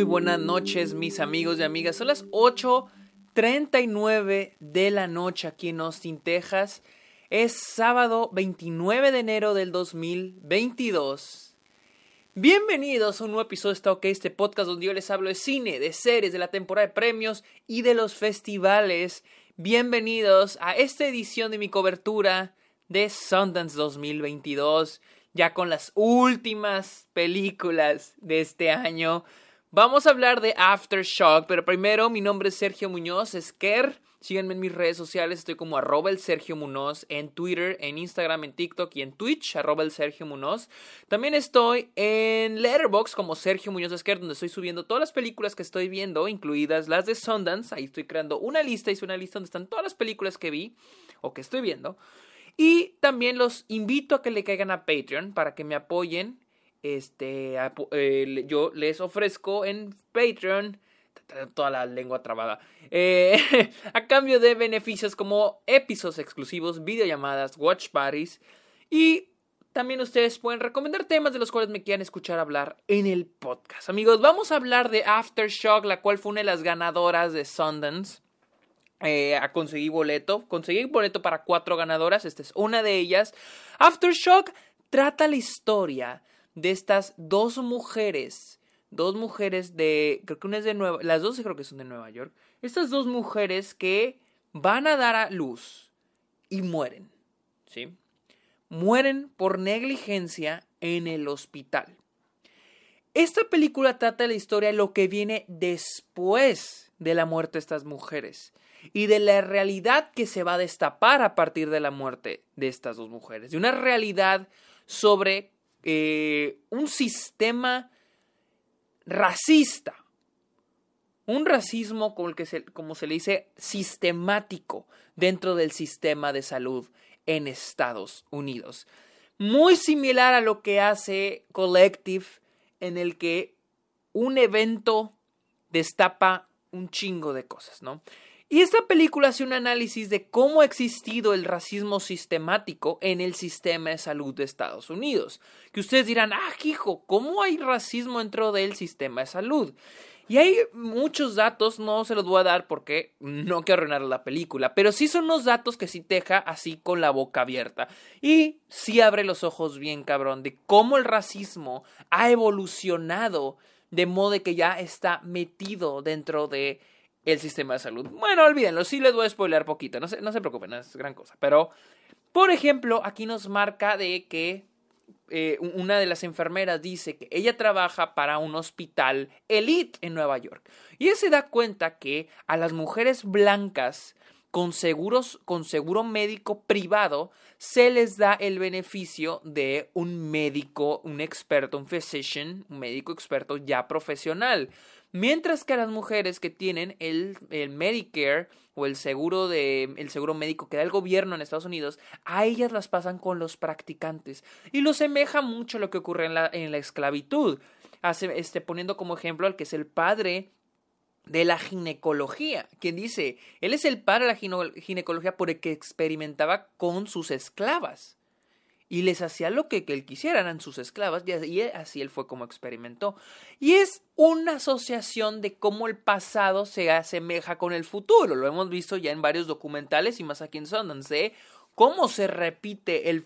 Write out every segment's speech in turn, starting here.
Muy buenas noches, mis amigos y amigas. Son las 8:39 de la noche aquí en Austin, Texas. Es sábado 29 de enero del 2022. Bienvenidos a un nuevo episodio de Está OK, este podcast donde yo les hablo de cine, de series, de la temporada de premios y de los festivales. Bienvenidos a esta edición de mi cobertura de Sundance 2022, ya con las últimas películas de este año. Vamos a hablar de Aftershock, pero primero, mi nombre es Sergio Muñoz, Esquer. Síganme en mis redes sociales, estoy como @elsergiomunoz en Twitter, en Instagram, en TikTok y en Twitch, @elsergiomunoz. También estoy en Letterboxd como Sergio Muñoz Esquer, donde estoy subiendo todas las películas que estoy viendo, incluidas las de Sundance. Ahí estoy creando una lista, hice una lista donde están todas las películas que vi o que estoy viendo. Y también los invito a que le caigan a Patreon para que me apoyen. Yo les ofrezco en Patreon, toda la lengua trabada, a cambio de beneficios como episodios exclusivos, videollamadas, watch parties, y también ustedes pueden recomendar temas de los cuales me quieran escuchar hablar en el podcast. Amigos, vamos a hablar de Aftershock, la cual fue una de las ganadoras de Sundance. Conseguí boleto para 4 ganadoras. Esta es una de ellas. Aftershock trata la historia de estas dos mujeres de, creo que una es de las dos creo que son de Nueva York. Estas dos mujeres que van a dar a luz y mueren, ¿sí? Mueren por negligencia en el hospital. Esta película trata de la historia de lo que viene después de la muerte de estas mujeres y de la realidad que se va a destapar a partir de la muerte de estas dos mujeres. De una realidad sobre un sistema racista. Un racismo como se le dice sistemático dentro del sistema de salud en Estados Unidos. Muy similar a lo que hace Collective, en el que un evento destapa un chingo de cosas, ¿no? Y esta película hace un análisis de cómo ha existido el racismo sistemático en el sistema de salud de Estados Unidos. Que ustedes dirán, hijo, ¿cómo hay racismo dentro del sistema de salud? Y hay muchos datos, no se los voy a dar porque no quiero arruinar la película, pero sí son unos datos que sí te deja así con la boca abierta. Y sí abre los ojos bien cabrón de cómo el racismo ha evolucionado de modo de que ya está metido dentro de el sistema de salud. Bueno, olvídenlo, sí les voy a spoilear poquito, no se preocupen, no es gran cosa. Pero, por ejemplo, aquí nos marca de que una de las enfermeras dice que ella trabaja para un hospital elite en Nueva York. Y ella se da cuenta que a las mujeres blancas con seguro médico privado se les da el beneficio de un médico, un experto, un physician, un médico experto ya profesional. Mientras que a las mujeres que tienen el Medicare o el seguro médico que da el gobierno en Estados Unidos, a ellas las pasan con los practicantes. Y lo semeja mucho a lo que ocurre en la esclavitud. Poniendo como ejemplo al que es el padre de la ginecología, quien dice, él es el padre de la ginecología por el que experimentaba con sus esclavas. Y les hacía lo que él quisiera, eran sus esclavas, y así él fue como experimentó. Y es una asociación de cómo el pasado se asemeja con el futuro. Lo hemos visto ya en varios documentales y más aquí en Sundance, cómo se repite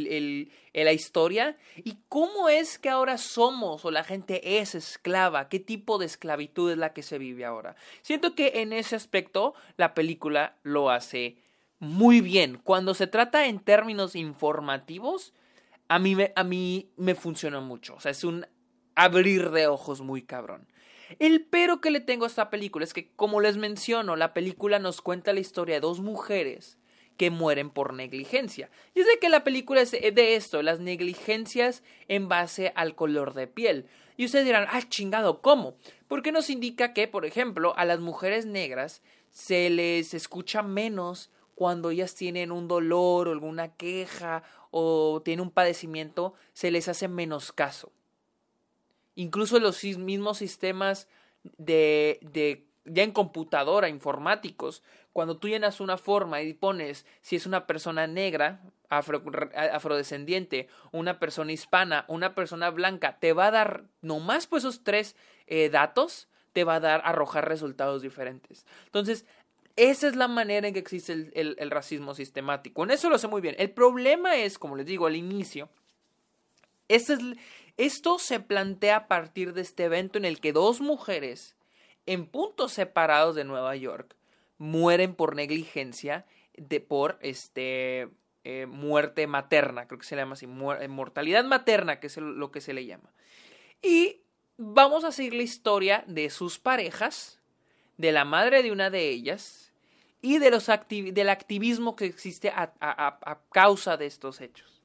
la historia y cómo es que ahora somos o la gente es esclava, qué tipo de esclavitud es la que se vive ahora. Siento que en ese aspecto la película lo hace muy bien. Cuando se trata en términos informativos, a mí me funciona mucho. O sea, es un abrir de ojos muy cabrón. El pero que le tengo a esta película es que, como les menciono, la película nos cuenta la historia de dos mujeres que mueren por negligencia. Y es de que la película es de esto, las negligencias en base al color de piel. Y ustedes dirán, chingado, ¿cómo? Porque nos indica que, por ejemplo, a las mujeres negras se les escucha menos cuando ellas tienen un dolor o alguna queja o tienen un padecimiento, se les hace menos caso. Incluso los mismos sistemas ya en computadora, informáticos, cuando tú llenas una forma y pones si es una persona negra, afrodescendiente, una persona hispana, una persona blanca, te va a dar, nomás por esos 3 datos, te va a arrojar resultados diferentes. Entonces, esa es la manera en que existe el racismo sistemático. En eso lo sé muy bien. El problema es, como les digo al inicio, esto se plantea a partir de este evento en el que 2 mujeres en puntos separados de Nueva York mueren por negligencia por muerte materna, creo que se le llama así, mortalidad materna, que es lo que se le llama. Y vamos a seguir la historia de sus parejas, de la madre de una de ellas y del activismo que existe a causa de estos hechos.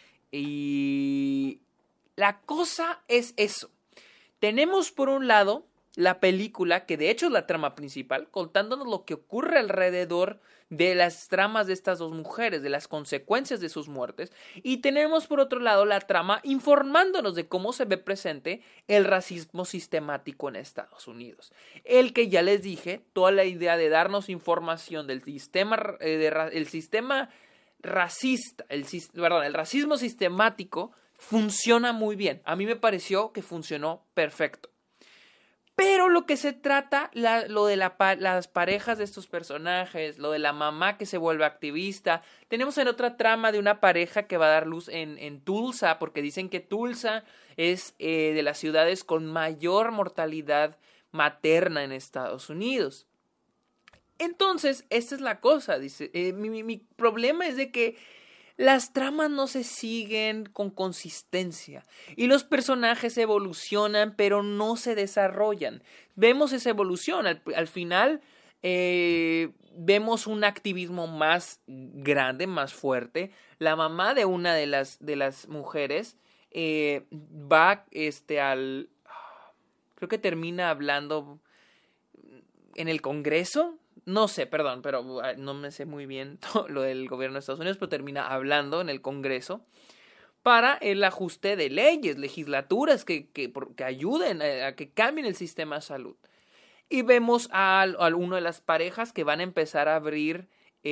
Y la cosa es eso. Tenemos por un lado la película, que de hecho es la trama principal, contándonos lo que ocurre alrededor de las tramas de estas 2 mujeres, de las consecuencias de sus muertes. Y tenemos por otro lado la trama informándonos de cómo se ve presente el racismo sistemático en Estados Unidos. El que ya les dije, toda la idea de darnos información del sistema, el sistema racista, el racismo sistemático funciona muy bien. A mí me pareció que funcionó perfecto. Pero lo que se trata, lo de las parejas de estos personajes, lo de la mamá que se vuelve activista. Tenemos en otra trama de una pareja que va a dar luz en Tulsa, porque dicen que Tulsa es de las ciudades con mayor mortalidad materna en Estados Unidos. Entonces, esta es la cosa, dice. Mi problema es de que las tramas no se siguen con consistencia y los personajes evolucionan pero no se desarrollan. Vemos esa evolución, al final vemos un activismo más grande, más fuerte. La mamá de una de las mujeres va creo que termina hablando en el Congreso. No sé, perdón, pero no me sé muy bien todo lo del gobierno de Estados Unidos, pero termina hablando en el Congreso para el ajuste de leyes, legislaturas que ayuden a que cambien el sistema de salud. Y vemos a una de las parejas que van a empezar a abrir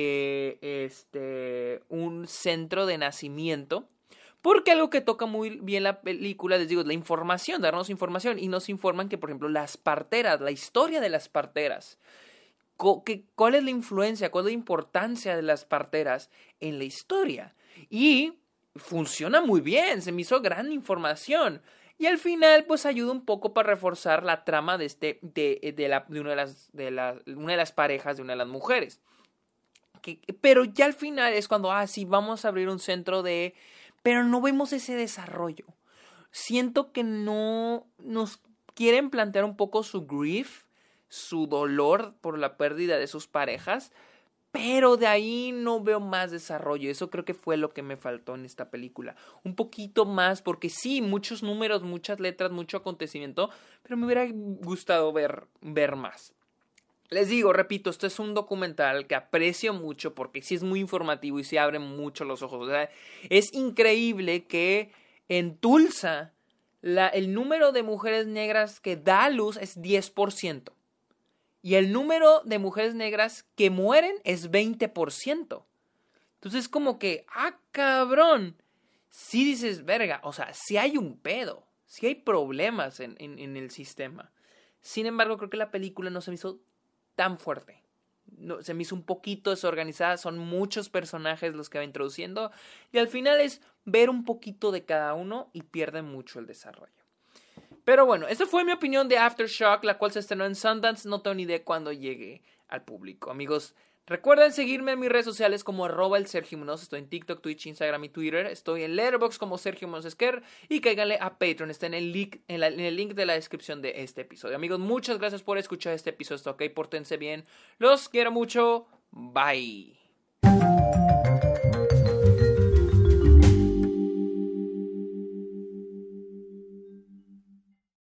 un centro de nacimiento. Porque algo que toca muy bien la película, les digo, es la información, darnos información. Y nos informan que, por ejemplo, las parteras, la historia de las parteras. ¿Cuál es la influencia, cuál es la importancia de las parteras en la historia? Y funciona muy bien, se me hizo gran información. Y al final, pues ayuda un poco para reforzar la trama de una de las parejas de una de las mujeres. Pero ya al final es cuando, sí, vamos a abrir un centro pero no vemos ese desarrollo. Siento que no nos quieren plantear un poco su grief, su dolor por la pérdida de sus parejas, pero de ahí no veo más desarrollo. Eso creo que fue lo que me faltó en esta película. Un poquito más, porque sí, muchos números, muchas letras, mucho acontecimiento, pero me hubiera gustado ver más. Les digo, repito, esto es un documental que aprecio mucho porque sí es muy informativo y sí abre mucho los ojos. O sea, es increíble que en Tulsa el número de mujeres negras que da a luz es 10%. Y el número de mujeres negras que mueren es 20%. Entonces como que, cabrón. Sí dices, verga, o sea, sí hay un pedo. Sí hay problemas en el sistema. Sin embargo, creo que la película no se me hizo tan fuerte. No, se me hizo un poquito desorganizada. Son muchos personajes los que va introduciendo. Y al final es ver un poquito de cada uno y pierde mucho el desarrollo. Pero bueno, esa fue mi opinión de Aftershock, la cual se estrenó en Sundance. No tengo ni idea cuándo llegue al público. Amigos, recuerden seguirme en mis redes sociales como @elsergiomunoz. Estoy en TikTok, Twitch, Instagram y Twitter. Estoy en Letterboxd como Sergio Munoz Esquer. Y cáiganle a Patreon. Está en el link de la descripción de este episodio. Amigos, muchas gracias por escuchar este episodio. Ok, pórtense bien. Los quiero mucho. Bye.